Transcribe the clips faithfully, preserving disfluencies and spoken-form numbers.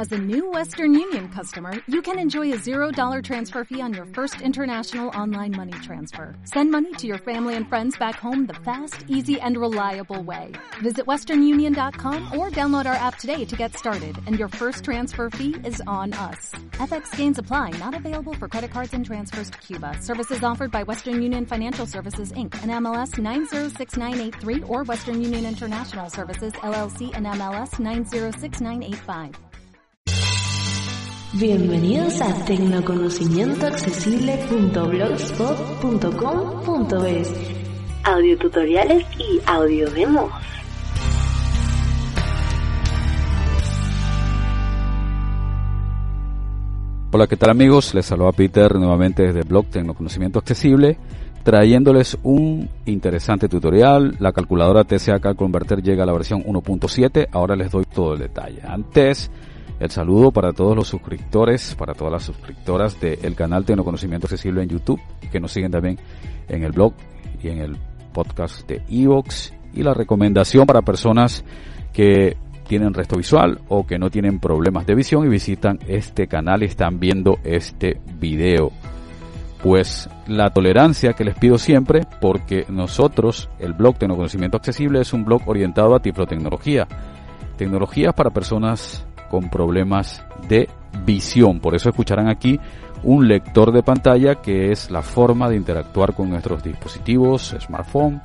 As a new Western Union customer, you can enjoy a zero dollar transfer fee on your first international online money transfer. Send money to your family and friends back home the fast, easy, and reliable way. Visit western union dot com or download our app today to get started, and your first transfer fee is on us. F X gains apply, not available for credit cards and transfers to Cuba. Services offered by Western Union Financial Services, Incorporated, and M L S nine zero six nine eight three or Western Union International Services, L L C, and M L S nine zero six nine eight five. Bienvenidos a tecnoconocimiento accesible punto blogspot punto com punto es. Audiotutoriales y audiodemos. Hola, ¿qué tal amigos? Les saluda Peter nuevamente desde el blog Tecnoconocimiento Accesible, trayéndoles un interesante tutorial. La calculadora T C A Cal Converter llega a la versión uno punto siete. Ahora les doy todo el detalle. Antes, el saludo para todos los suscriptores, para todas las suscriptoras del canal Tecnoconocimiento Accesible en YouTube, que nos siguen también en el blog y en el podcast de iVoox. Y la recomendación para personas que tienen resto visual o que no tienen problemas de visión y visitan este canal y están viendo este video. Pues la tolerancia que les pido siempre, porque nosotros, el blog Tecnoconocimiento Accesible, es un blog orientado a tiflotecnología. Tecnologías para personas con problemas de visión. Por eso escucharán aquí un lector de pantalla, que es la forma de interactuar con nuestros dispositivos, smartphone,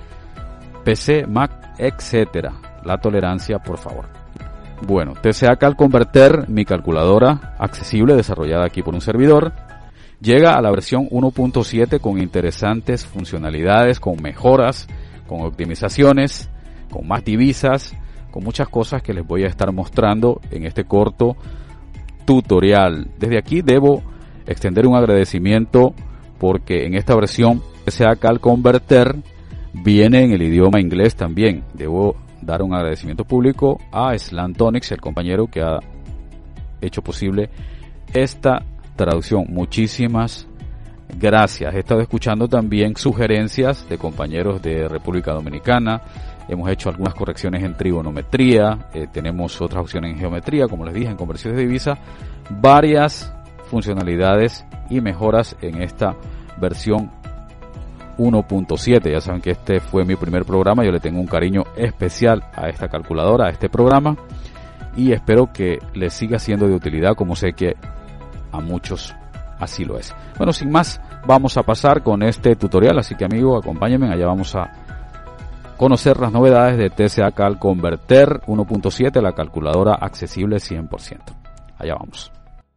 P C, Mac, etcétera. La tolerancia, por favor. Bueno, T C A Cal Converter, mi calculadora accesible desarrollada aquí por un servidor, llega a la versión uno punto siete con interesantes funcionalidades, con mejoras, con optimizaciones, con más divisas, con muchas cosas que les voy a estar mostrando en este corto tutorial. Desde aquí debo extender un agradecimiento porque en esta versión T C A Cal Converter viene en el idioma inglés también. Debo dar un agradecimiento público a Slantonix, el compañero que ha hecho posible esta traducción. Muchísimas gracias. He estado escuchando también sugerencias de compañeros de República Dominicana. Hemos hecho algunas correcciones en trigonometría, eh, tenemos otras opciones en geometría, como les dije, en conversiones de divisa, varias funcionalidades y mejoras en esta versión uno punto siete. Ya saben que este fue mi primer programa, yo le tengo un cariño especial a esta calculadora, a este programa, y espero que les siga siendo de utilidad, como sé que a muchos así lo es. Bueno, sin más, vamos a pasar con este tutorial, así que amigo, acompáñenme, allá vamos a conocer las novedades de T C A Cal Converter uno punto siete, la calculadora accesible cien por ciento. Allá vamos.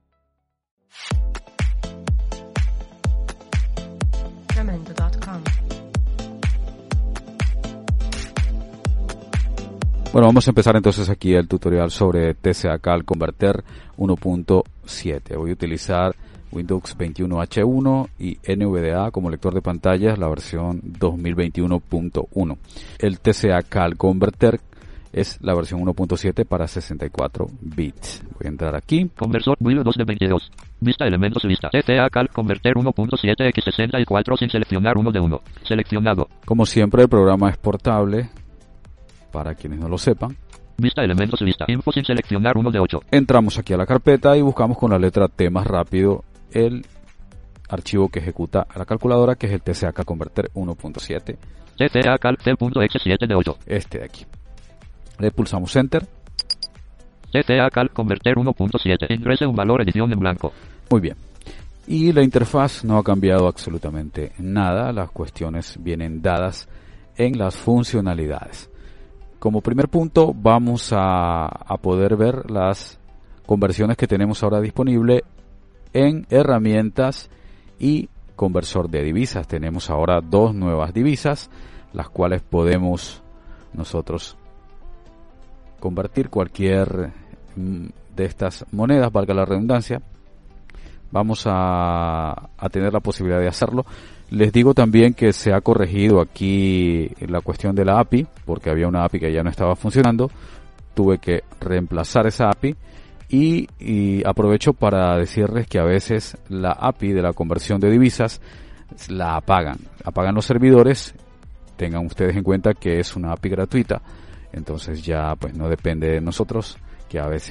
Bueno, vamos a empezar entonces aquí el tutorial sobre T C A Cal Converter uno punto siete. Voy a utilizar Windows veintiuno H uno y N V D A como lector de pantallas, la versión dos mil veintiuno punto uno. El T C A Cal Converter es la versión uno punto siete para sesenta y cuatro bits. Voy a entrar aquí. Conversor Wheel dos de veintidós. Vista elementos vista. T C A Cal Converter uno punto siete equis sesenta y cuatro sin seleccionar uno de uno. Seleccionado. Como siempre, el programa es portable, para quienes no lo sepan. Vista elementos vista. Info sin seleccionar uno de ocho. Entramos aquí a la carpeta y buscamos con la letra T más rápido el archivo que ejecuta la calculadora, que es el T C A Cal Converter uno punto siete. T C A Cal C punto exe siete de ocho. Este de aquí. Le pulsamos Enter. T C A Cal Converter uno punto siete. Ingrese un valor edición en blanco. Muy bien. Y la interfaz no ha cambiado absolutamente nada. Las cuestiones vienen dadas en las funcionalidades. Como primer punto, vamos a, a poder ver las conversiones que tenemos ahora disponible en herramientas y conversor de divisas. Tenemos ahora dos nuevas divisas, las cuales podemos nosotros convertir cualquier de estas monedas, valga la redundancia. Vamos a, a tener la posibilidad de hacerlo. Les digo también que se ha corregido aquí la cuestión de la A P I, porque había una A P I que ya no estaba funcionando. Tuve que reemplazar esa A P I y, y aprovecho para decirles que a veces la A P I de la conversión de divisas la apagan. Apagan los servidores. Tengan ustedes en cuenta que es una A P I gratuita, entonces ya pues no depende de nosotros, que a veces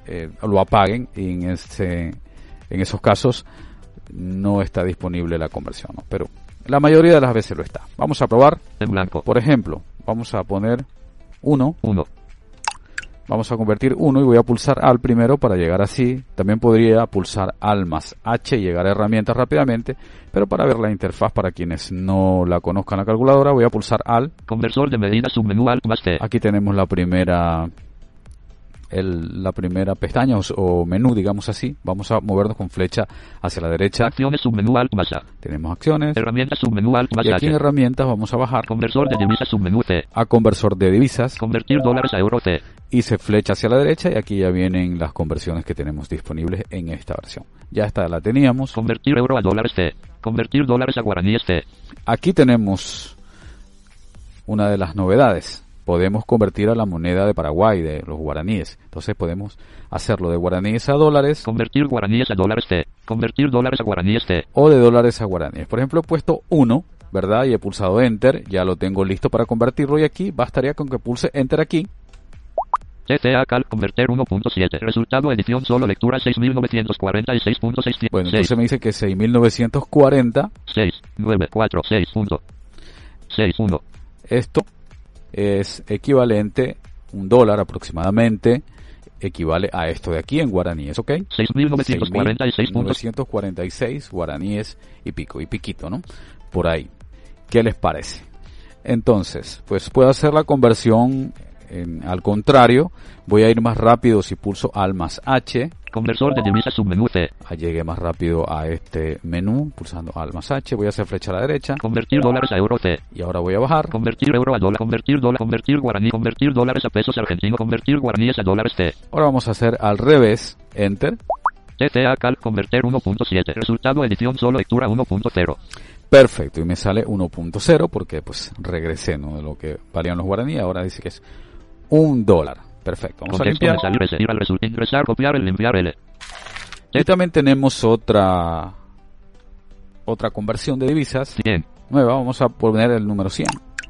eh, lo apaguen y en ese, en esos casos no está disponible la conversión, ¿no? Pero la mayoría de las veces lo está. Vamos a probar. En blanco. Por ejemplo, vamos a poner uno. uno. Vamos a convertir uno y voy a pulsar Al primero para llegar así. También podría pulsar Al más H y llegar a herramientas rápidamente. Pero para ver la interfaz, para quienes no la conozcan la calculadora, voy a pulsar Al. Conversor de medidas, submenú Alt más T. Aquí tenemos la primera... El, la primera pestaña o, o menú, digamos así. Vamos a movernos con flecha hacia la derecha. Acciones, submenú Alt más A. Tenemos acciones. Herramientas, submenú Alt más Y aquí H. en herramientas vamos a bajar Conversor de divisas, submenú T. a conversor de divisas. Convertir dólares a euro T. Y se flecha hacia la derecha y aquí ya vienen las conversiones que tenemos disponibles en esta versión. Ya esta la teníamos. Convertir euro a dólares T. Convertir dólares a guaraníes T. Aquí tenemos una de las novedades. Podemos convertir a la moneda de Paraguay, de los guaraníes. Entonces podemos hacerlo de guaraníes a dólares. Convertir guaraníes a dólares T. Convertir dólares a guaraníes T. O de dólares a guaraníes. Por ejemplo, he puesto uno, ¿verdad? Y he pulsado Enter. Ya lo tengo listo para convertirlo. Y aquí bastaría con que pulse Enter aquí. T T A Cal convertir uno punto siete. Resultado edición solo lectura seis mil novecientos cuarenta y seis punto seis. Bueno, entonces me dice que seis mil novecientos cuarenta. seis, nueve, cuatro, seis, punto seis, uno. Esto es equivalente, un dólar aproximadamente, equivale a esto de aquí en guaraníes, ¿ok? seis mil novecientos cuarenta y seis. seis mil novecientos cuarenta y seis guaraníes y pico, y piquito, ¿no? Por ahí. ¿Qué les parece? Entonces, pues puedo hacer la conversión en, al contrario. Voy a ir más rápido si pulso Al más H. Conversor de divisas, submenú T. Llegué más rápido a este menú pulsando Al más H. Voy a hacer flecha a la derecha. Convertir dólares a euro T. Y ahora voy a bajar. Convertir euro a dólar. Convertir dólar. Convertir guaraní. Convertir dólares a pesos argentinos. Convertir guaraníes a dólares T. Ahora vamos a hacer al revés. Enter. T T A Cal convertir uno punto siete. Resultado edición solo lectura uno punto cero. Perfecto. Y me sale uno punto cero porque pues regresé, ¿no? De lo que valían los guaraníes. Ahora dice que es un dólar. Perfecto. Vamos Contexto a limpiar. de salir, recibir al resultado. Ingresar, copiar, el limpiar L. Y también tenemos otra otra conversión de divisas cien. nueva. Vamos a poner el número cien.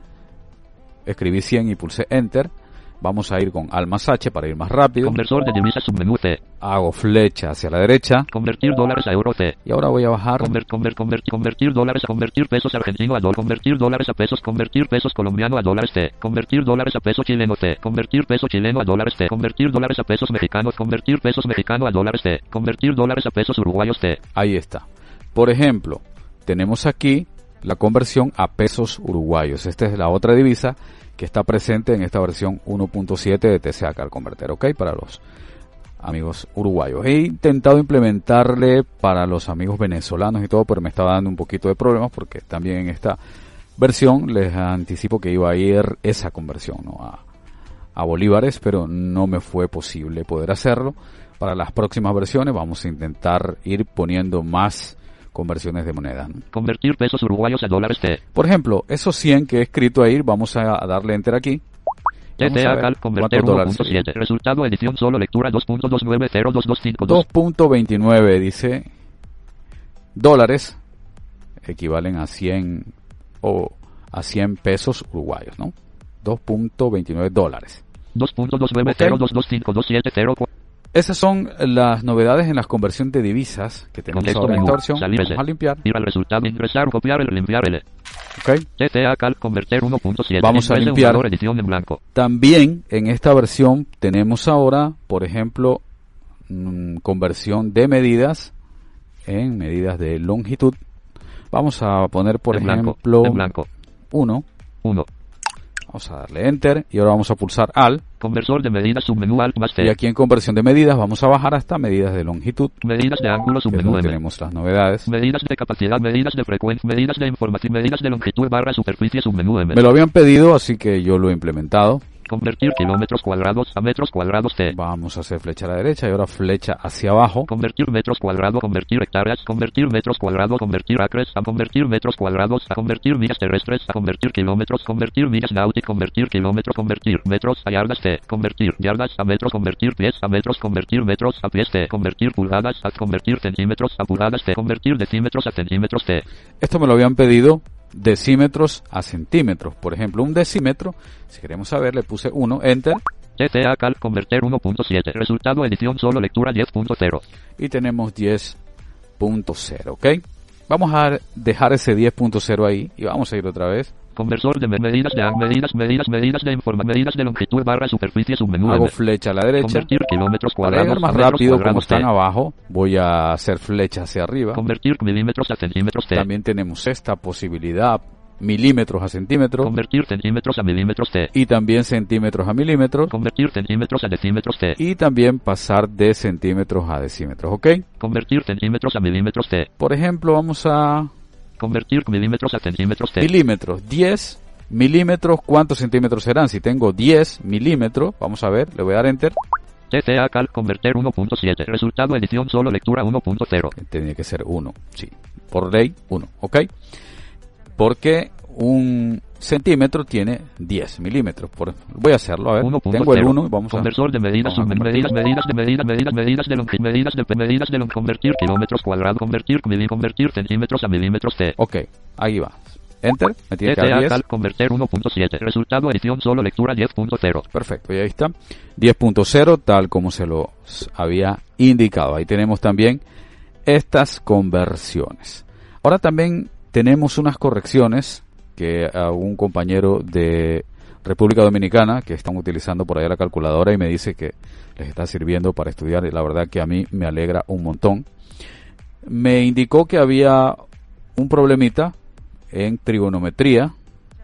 Escribí cien y pulsé Enter. Vamos a ir con Al más H para ir más rápido. Conversor de divisas, submenú T. Hago flecha hacia la derecha. Convertir dólares a euro T. Y ahora voy a bajar. Conver, conver, conver, convertir dólares a convertir pesos argentino a dólar. Convertir dólares a pesos. Convertir pesos colombiano a dólares T. Convertir dólares a peso chileno T. Convertir peso chileno a dólares T. Convertir dólares a pesos mexicanos. Convertir pesos mexicano a dólares T. Convertir dólares a pesos uruguayos T. Ahí está. Por ejemplo, tenemos aquí la conversión a pesos uruguayos. Esta es la otra divisa que está presente en esta versión uno punto siete de T C A Cal Converter, ¿ok? Para los amigos uruguayos. He intentado implementarle para los amigos venezolanos y todo, pero me estaba dando un poquito de problemas porque también en esta versión les anticipo que iba a ir esa conversión, ¿no? a, a bolívares, pero no me fue posible poder hacerlo. Para las próximas versiones vamos a intentar ir poniendo más conversiones de moneda, ¿no? Convertir pesos uruguayos a dólares T. Por ejemplo, esos cien que he escrito ahí, vamos a, a darle enter aquí. T T A Cal convertir uno punto siete. Resultado edición solo lectura dos punto dos nueve cero dos dos cinco dos. dos punto veintinueve dice dólares equivalen a cien o a cien pesos uruguayos, ¿no? dos punto veintinueve dólares. dos punto dos nueve cero dos dos cinco dos siete cero cuatro. Esas son las novedades en la conversión de divisas que tenemos Contexto ahora en menú. esta versión. Salir Vamos ese. a limpiar. Ir al resultado, ingresar, copiar, el limpiar L. ¿Okay? T T A Cal convertir uno punto siete. Vamos a En vez de un limpiar. valor, edición en blanco. También en esta versión tenemos ahora, por ejemplo, mm, conversión de medidas en medidas de longitud. Vamos a poner, por en blanco. ejemplo, En blanco. uno. uno. Vamos a darle Enter y ahora vamos a pulsar Al. Conversor de medidas, submenú Alt más T. Y aquí en conversión de medidas vamos a bajar hasta medidas de longitud. Medidas de ángulo, Que es submenú donde M. tenemos las novedades. Medidas de capacidad, medidas de frecuencia, medidas de información, medidas de longitud barra superficie, submenú M. Me lo habían pedido, así que yo lo he implementado. Convertir kilómetros cuadrados a metros cuadrados T. Vamos a hacer flecha a la derecha y ahora flecha hacia abajo. Convertir metros cuadrados, convertir hectáreas, convertir metros cuadrados, convertir acres, a convertir metros cuadrados, a convertir millas terrestres, a convertir kilómetros, convertir millas náuticas, convertir kilómetros, convertir metros a yardas T, convertir yardas a metros, convertir pies a metros, convertir metros a pies T, convertir pulgadas a convertir centímetros a pulgadas T, convertir decímetros a centímetros T. Esto me lo habían pedido decímetros a centímetros. Por ejemplo, un decímetro, si queremos saber, le puse uno, Enter. T T T A Calc Converter uno punto siete. Resultado edición solo lectura diez punto cero. Y tenemos diez punto cero, ¿ok? Vamos a dejar ese diez punto cero ahí y vamos a ir otra vez. Conversor de medidas de medidas, medidas, medidas de informa, medidas de longitud barra superficie submenú. Hago flecha a la derecha. Convertir kilómetros Para cuadrados. llegar más metros rápido, como cuadrados están T. abajo, voy a hacer flecha hacia arriba. Convertir milímetros a centímetros T. También tenemos esta posibilidad, milímetros a centímetros. Convertir centímetros a milímetros T. Y también centímetros a milímetros. Convertir centímetros a decímetros T. Y también pasar de centímetros a decímetros, ¿ok? Convertir centímetros a milímetros T. Por ejemplo, vamos a... Convertir milímetros a centímetros T. Milímetros, diez milímetros, ¿cuántos centímetros serán? Si tengo diez milímetros, vamos a ver, le voy a dar Enter. T T A Calc Converter uno punto siete. Resultado edición solo lectura uno punto cero. Tiene que ser uno, sí. Por ley, uno, ¿ok? Porque un centímetro tiene diez milímetros. Por, voy a hacerlo, a ver. uno punto cero. Tengo el uno y vamos a... Conversor de medidas, vamos a submen- medidas, medidas de medidas, medidas, medidas de longitud, medidas de medidas de longitud, convertir kilómetros cuadrados, convertir milí, convertir centímetros a milímetros T. Ok, ahí va. Enter, me tiene que T T dar A diez. Calc Converter uno punto siete. Resultado edición solo lectura diez punto cero. Perfecto, y ahí está. diez punto cero, tal como se lo había indicado. Ahí tenemos también estas conversiones. Ahora también tenemos unas correcciones que a un compañero de República Dominicana que están utilizando por ahí la calculadora y me dice que les está sirviendo para estudiar, y la verdad que a mí me alegra un montón. Me indicó que había un problemita en trigonometría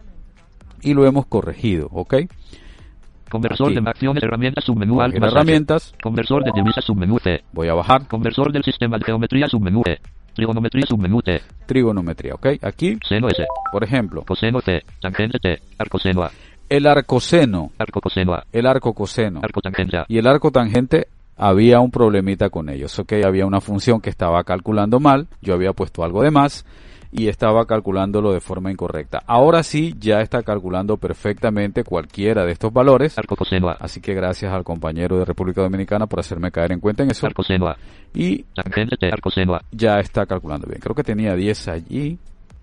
y lo hemos corregido, ¿ok? Conversor Aquí. de acciones, herramientas, submenú alt, En pasaje. herramientas Conversor de divisas, submenú T. voy a bajar Conversor del sistema de geometría, submenú T. Trigonometría, submenú T. trigonometría, ¿ok? Aquí, Seno S. por ejemplo, Coseno T. Tangente T. Arcoseno A. el arcoseno, Arco coseno A. el arco coseno Arco tangente A. y el arco tangente, había un problemita con ellos, ¿ok? Había una función que estaba calculando mal, yo había puesto algo de más y estaba calculándolo de forma incorrecta. Ahora sí, ya está calculando perfectamente cualquiera de estos valores. Arco coseno A. Así que gracias al compañero de República Dominicana por hacerme caer en cuenta en eso. Arco seno A. Y Tangente T. Arco seno A. ya está calculando bien. Creo que tenía diez allí.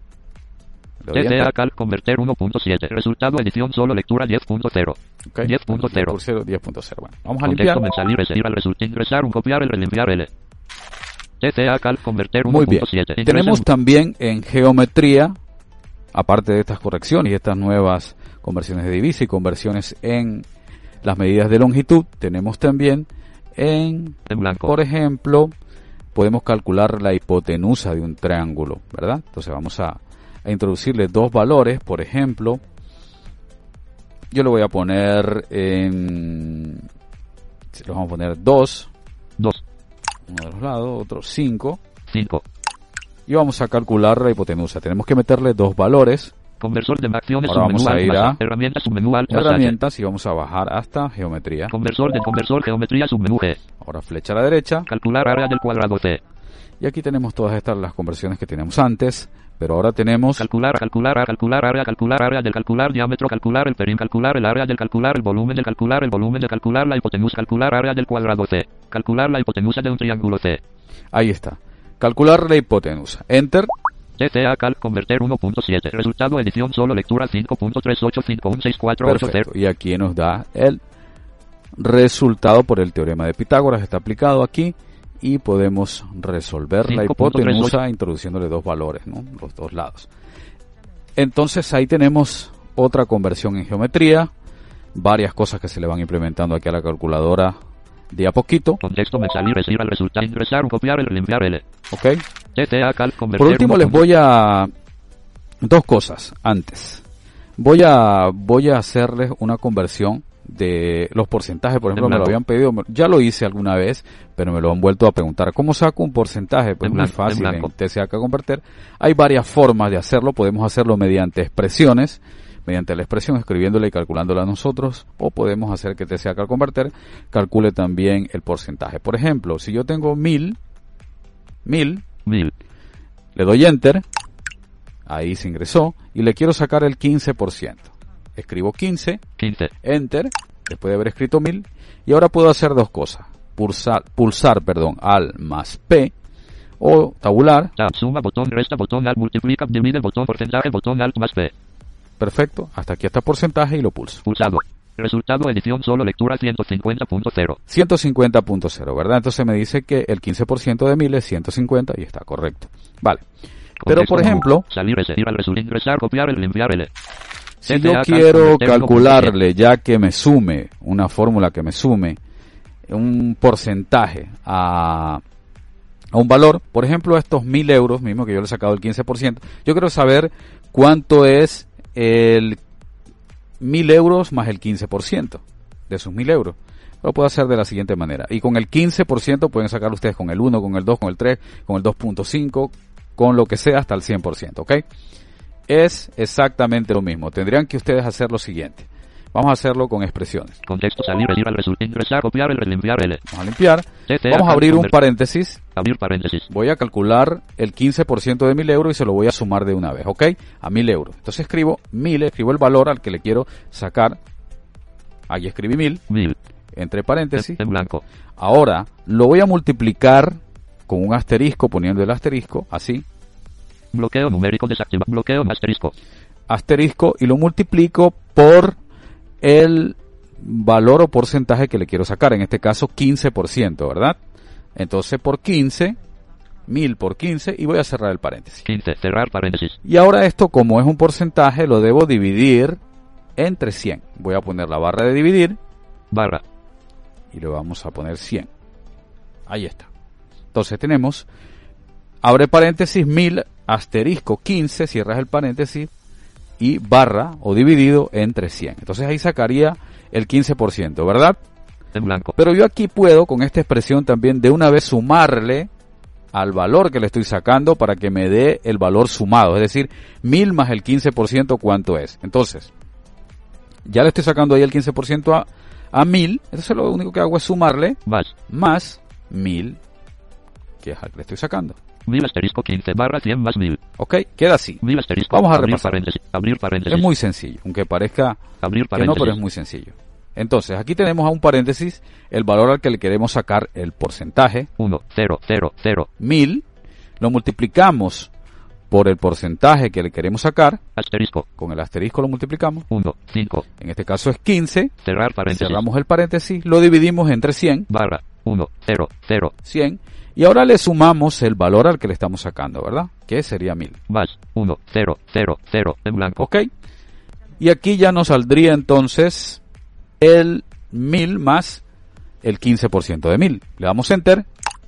Le doy T T A enter. Calc Converter uno punto siete. Resultado edición solo lectura diez punto cero. Ok. diez punto cero. diez punto cero. Bueno, vamos a limpiar. Contexto mensalir es ir al resultado. Ingresar un copiar el relimpiar L. T T A Calc Converter uno Muy bien. punto siete. Tenemos también en geometría, aparte de estas correcciones y estas nuevas conversiones de divisa y conversiones en las medidas de longitud, tenemos también en, en blanco. por ejemplo, podemos calcular la hipotenusa de un triángulo, ¿verdad? Entonces vamos a, a introducirle dos valores, por ejemplo, yo le voy a poner en, le vamos a poner dos, dos. uno de los lados, otro cinco, cinco. y vamos a calcular la hipotenusa. Tenemos que meterle dos valores, Conversor de acciones, Ahora vamos submenú a alt, ir a pasaje. Herramientas, submenú alt, pasaje. herramientas, y vamos a bajar hasta geometría. Conversor de conversor geometría, submenú G. Ahora flecha a la derecha, Calcular área del cuadrado T. y aquí tenemos todas estas las conversiones que teníamos antes, pero ahora tenemos Calcular, calcular, calcular área, calcular área del calcular diámetro, calcular el perímetro, calcular el área del calcular el volumen del calcular el volumen de calcular la hipotenusa, calcular área del cuadrado T. Calcular la hipotenusa de un triángulo T. ahí está, calcular la hipotenusa, enter. T T A Calc Converter uno punto siete. Resultado edición solo lectura cinco punto tres ocho cinco uno seis cuatro ocho cero. Perfecto, y aquí nos da el resultado por el teorema de Pitágoras, está aplicado aquí, y podemos resolver la cinco punto tres ocho. hipotenusa introduciéndole dos valores, ¿no? Los dos lados. Entonces ahí tenemos otra conversión en geometría, varias cosas que se le van implementando aquí a la calculadora de a poquito, Contexto mensalir es ir al resultado. Ingresar un copiar el limpiar L. ¿ok? T T A Calc Converter. Por último uno les punto voy a dos cosas antes. Voy a voy a hacerles una conversión de los porcentajes, por ejemplo, En me lo blanco. habían pedido, me- ya lo hice alguna vez, pero me lo han vuelto a preguntar. ¿Cómo saco un porcentaje? Pues En muy blanco, en fácil, en blanco. T C A Converter. Hay varias formas de hacerlo, podemos hacerlo mediante expresiones, mediante la expresión escribiéndola y calculándola nosotros, o podemos hacer que T C A Converter calcule también el porcentaje. Por ejemplo, si yo tengo mil, mil, mil. le doy enter, ahí se ingresó, y le quiero sacar el quince por ciento. Escribo quince, quince. enter, después de haber escrito mil, y ahora puedo hacer dos cosas, pulsar, pulsar perdón, al más P, o tabular, Tab, suma, botón, resta, botón, alt, multiplica, divide, botón, porcentaje, botón, alt, más P. perfecto, hasta aquí está porcentaje y lo pulso. Pulsado. Resultado edición solo lectura ciento cincuenta punto cero. ciento cincuenta punto cero, ¿verdad? Entonces me dice que el quince por ciento de mil es ciento cincuenta y está correcto. Vale. Pero por ejemplo, salir, ese, ir al resultado, ingresar, copiar, el enviar, el. Si yo quiero calcularle, ya que me sume, una fórmula que me sume un porcentaje a, a un valor, por ejemplo, estos mil euros, mismo que yo le he sacado el quince por ciento, yo quiero saber cuánto es el mil euros más el quince por ciento de esos mil euros. Lo puedo hacer de la siguiente manera. Y con el quince por ciento pueden sacar ustedes con el uno, con el dos, con el tres, con el dos punto cinco, con lo que sea hasta el cien por ciento, ¿ok? Es exactamente lo mismo. Tendrían que ustedes hacer lo siguiente. Vamos a hacerlo con expresiones. Contexto, salir, ir al resultado, ingresar, copiar, el limpiar, el. Vamos a limpiar. Vamos a abrir un paréntesis. Abrir paréntesis. Voy a calcular el quince por ciento de mil euros y se lo voy a sumar de una vez, ¿ok? A mil euros. Entonces escribo mil, escribo el valor al que le quiero sacar. Ahí escribí mil. Mil. Entre paréntesis. En blanco. Ahora lo voy a multiplicar con un asterisco, poniendo el asterisco, así. Bloqueo numérico desactivado. Bloqueo asterisco. Asterisco y lo multiplico por el valor o porcentaje que le quiero sacar. En este caso quince por ciento, ¿verdad? Entonces por quince, mil por quince y voy a cerrar el paréntesis. quince, cerrar paréntesis. Y ahora esto, como es un porcentaje, lo debo dividir entre cien. Voy a poner la barra de dividir. Barra. Y le vamos a poner cien. Ahí está. Entonces tenemos, abre paréntesis, mil, asterisco, quince, cierras el paréntesis y barra o dividido entre cien. Entonces ahí sacaría el quince por ciento, ¿verdad? En blanco. Pero yo aquí puedo, con esta expresión también, de una vez sumarle al valor que le estoy sacando para que me dé el valor sumado. Es decir, mil más el quince por ciento, ¿cuánto es? Entonces, ya le estoy sacando ahí el quince por ciento a, a mil. Entonces lo único que hago es sumarle más, más mil, que es al que le estoy sacando. Mil asterisco quince barra cien más mil. Ok, queda así. Mil asterisco. Vamos a abrir repasar. Paréntesis, abrir paréntesis. Es muy sencillo, aunque parezca abrir que no, pero es muy sencillo. Entonces, aquí tenemos a un paréntesis el valor al que le queremos sacar el porcentaje. uno, cero, cero, cero. mil. Lo multiplicamos por el porcentaje que le queremos sacar. Asterisco. Con el asterisco lo multiplicamos. uno, cinco. En este caso es quince. Cerrar paréntesis. Cerramos el paréntesis. Lo dividimos entre cien. Barra. uno, cero, cero. cien. Y ahora le sumamos el valor al que le estamos sacando, ¿verdad? Que sería mil. Más. uno, cero, cero, cero. En blanco. Ok. Y aquí ya nos saldría entonces el mil más el quince por ciento de mil. Le damos Enter.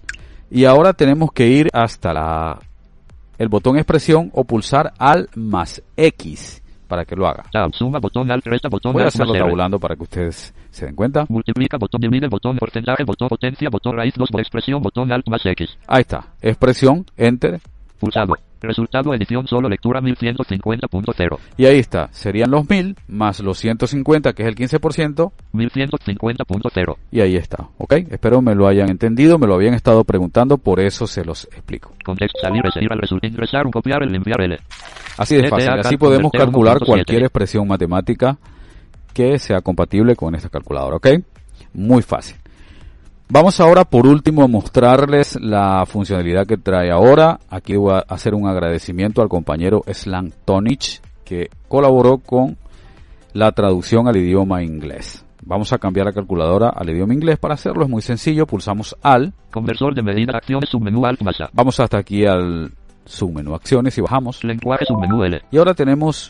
Y ahora tenemos que ir hasta la el botón expresión o pulsar al más X para que lo haga. Tab, suma, botón, alt, resta, botón, Voy a alt, hacerlo más R. tabulando para que ustedes se den cuenta. Multiplica, botón, divide, botón, porcentaje, botón, potencia, botón, raíz, dos, expresión, botón, alt, más X. Ahí está. Expresión, Enter. Pulsado. Resultado, edición, solo lectura mil ciento cincuenta punto cero. Y ahí está. Serían los mil más los ciento cincuenta, que es el quince por ciento. mil ciento cincuenta punto cero. Y ahí está. ¿Ok? Espero me lo hayan entendido. Me lo habían estado preguntando. Por eso se los explico. Contexto, salir, ir al resultado, ingresar, copiar, el limpiar, el. Así de fácil. Así podemos calcular cualquier expresión matemática que sea compatible con esta calculadora. ¿Ok? Muy fácil. Vamos ahora por último a mostrarles la funcionalidad que trae ahora. Aquí voy a hacer un agradecimiento al compañero Slang Tonich que colaboró con la traducción al idioma inglés. Vamos a cambiar la calculadora al idioma inglés. Para hacerlo es muy sencillo. Pulsamos al conversor de medida, acciones, submenú, alt, más A. Vamos hasta aquí al submenú acciones y bajamos. Lenguaje, submenú, L. Y ahora tenemos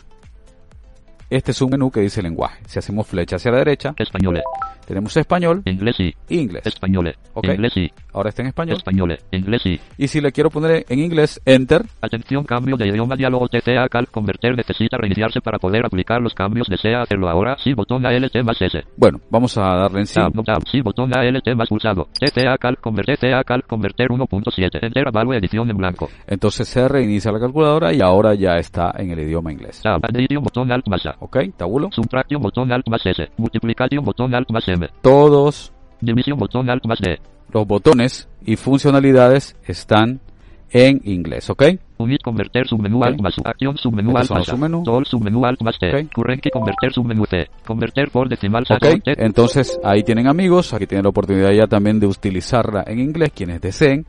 este submenú que dice lenguaje. Si hacemos flecha hacia la derecha, español. Tenemos español, inglés y inglés. Español. Okay. Inglés y. Ahora está en español. Español. Inglés y. Y si le quiero poner en inglés, Enter. Atención, cambio de idioma, diálogo T C A Calc converter necesita reiniciarse para poder aplicar los cambios. ¿Desea hacerlo ahora? Sí, botón A L T más S. Bueno, vamos a darle en sí. Tab, no, tab, sí, botón A L T más pulsado. T C A Calc converter, T C A Calc converter uno punto siete. Enter, avalue, edición en blanco. Entonces se reinicia la calculadora y ahora ya está en el idioma inglés. Tab, addition, botón alt más A. Ok, tabulo. Subtraction, botón alt más S. Multiplication, botón alt más M. Todos división, botón alt más D. Los botones y funcionalidades están en inglés, ¿ok? Unit, converter, submenú, alt más U. Acción, submenú, alt más A. Todo, submenú, alt más T. Okay. Currency, converter, submenú C. Converter por decimal. Ok, entonces ahí tienen amigos, aquí tienen la oportunidad ya también de utilizarla en inglés, quienes deseen.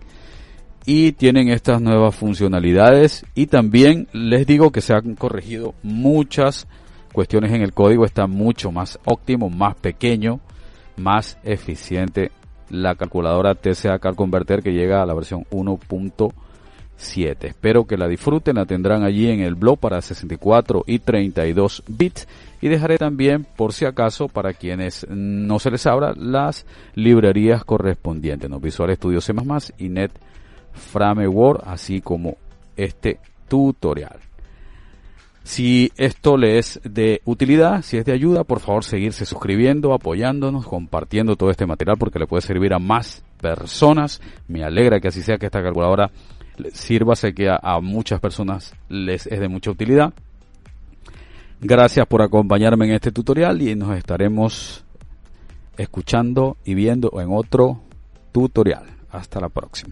Y tienen estas nuevas funcionalidades y también les digo que se han corregido muchas cuestiones en el código está mucho más óptimo, más pequeño, más eficiente la calculadora T C A Calc Converter que llega a la versión uno punto siete. Espero que la disfruten, la tendrán allí en el blog para sesenta y cuatro y treinta y dos bits, y dejaré también, por si acaso, para quienes no se les abra, las librerías correspondientes, ¿no? Visual Studio C más más y Net Framework, así como este tutorial. Si esto le es de utilidad, si es de ayuda, por favor seguirse suscribiendo, apoyándonos, compartiendo todo este material porque le puede servir a más personas. Me alegra que así sea, que esta calculadora sirva, sé que a, a muchas personas les es de mucha utilidad. Gracias por acompañarme en este tutorial y nos estaremos escuchando y viendo en otro tutorial. Hasta la próxima.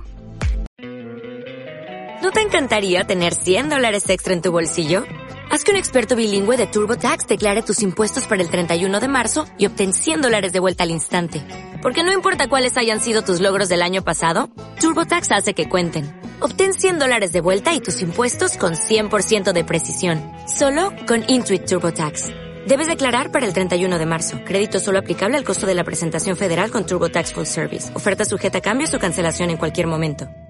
¿No te encantaría tener cien dólares extra en tu bolsillo? Haz que un experto bilingüe de TurboTax declare tus impuestos para el treinta y uno de marzo y obtén cien dólares de vuelta al instante. Porque no importa cuáles hayan sido tus logros del año pasado, TurboTax hace que cuenten. Obtén cien dólares de vuelta y tus impuestos con cien por ciento de precisión. Solo con Intuit TurboTax. Debes declarar para el treinta y uno de marzo. Crédito solo aplicable al costo de la presentación federal con TurboTax Full Service. Oferta sujeta a cambios o cancelación en cualquier momento.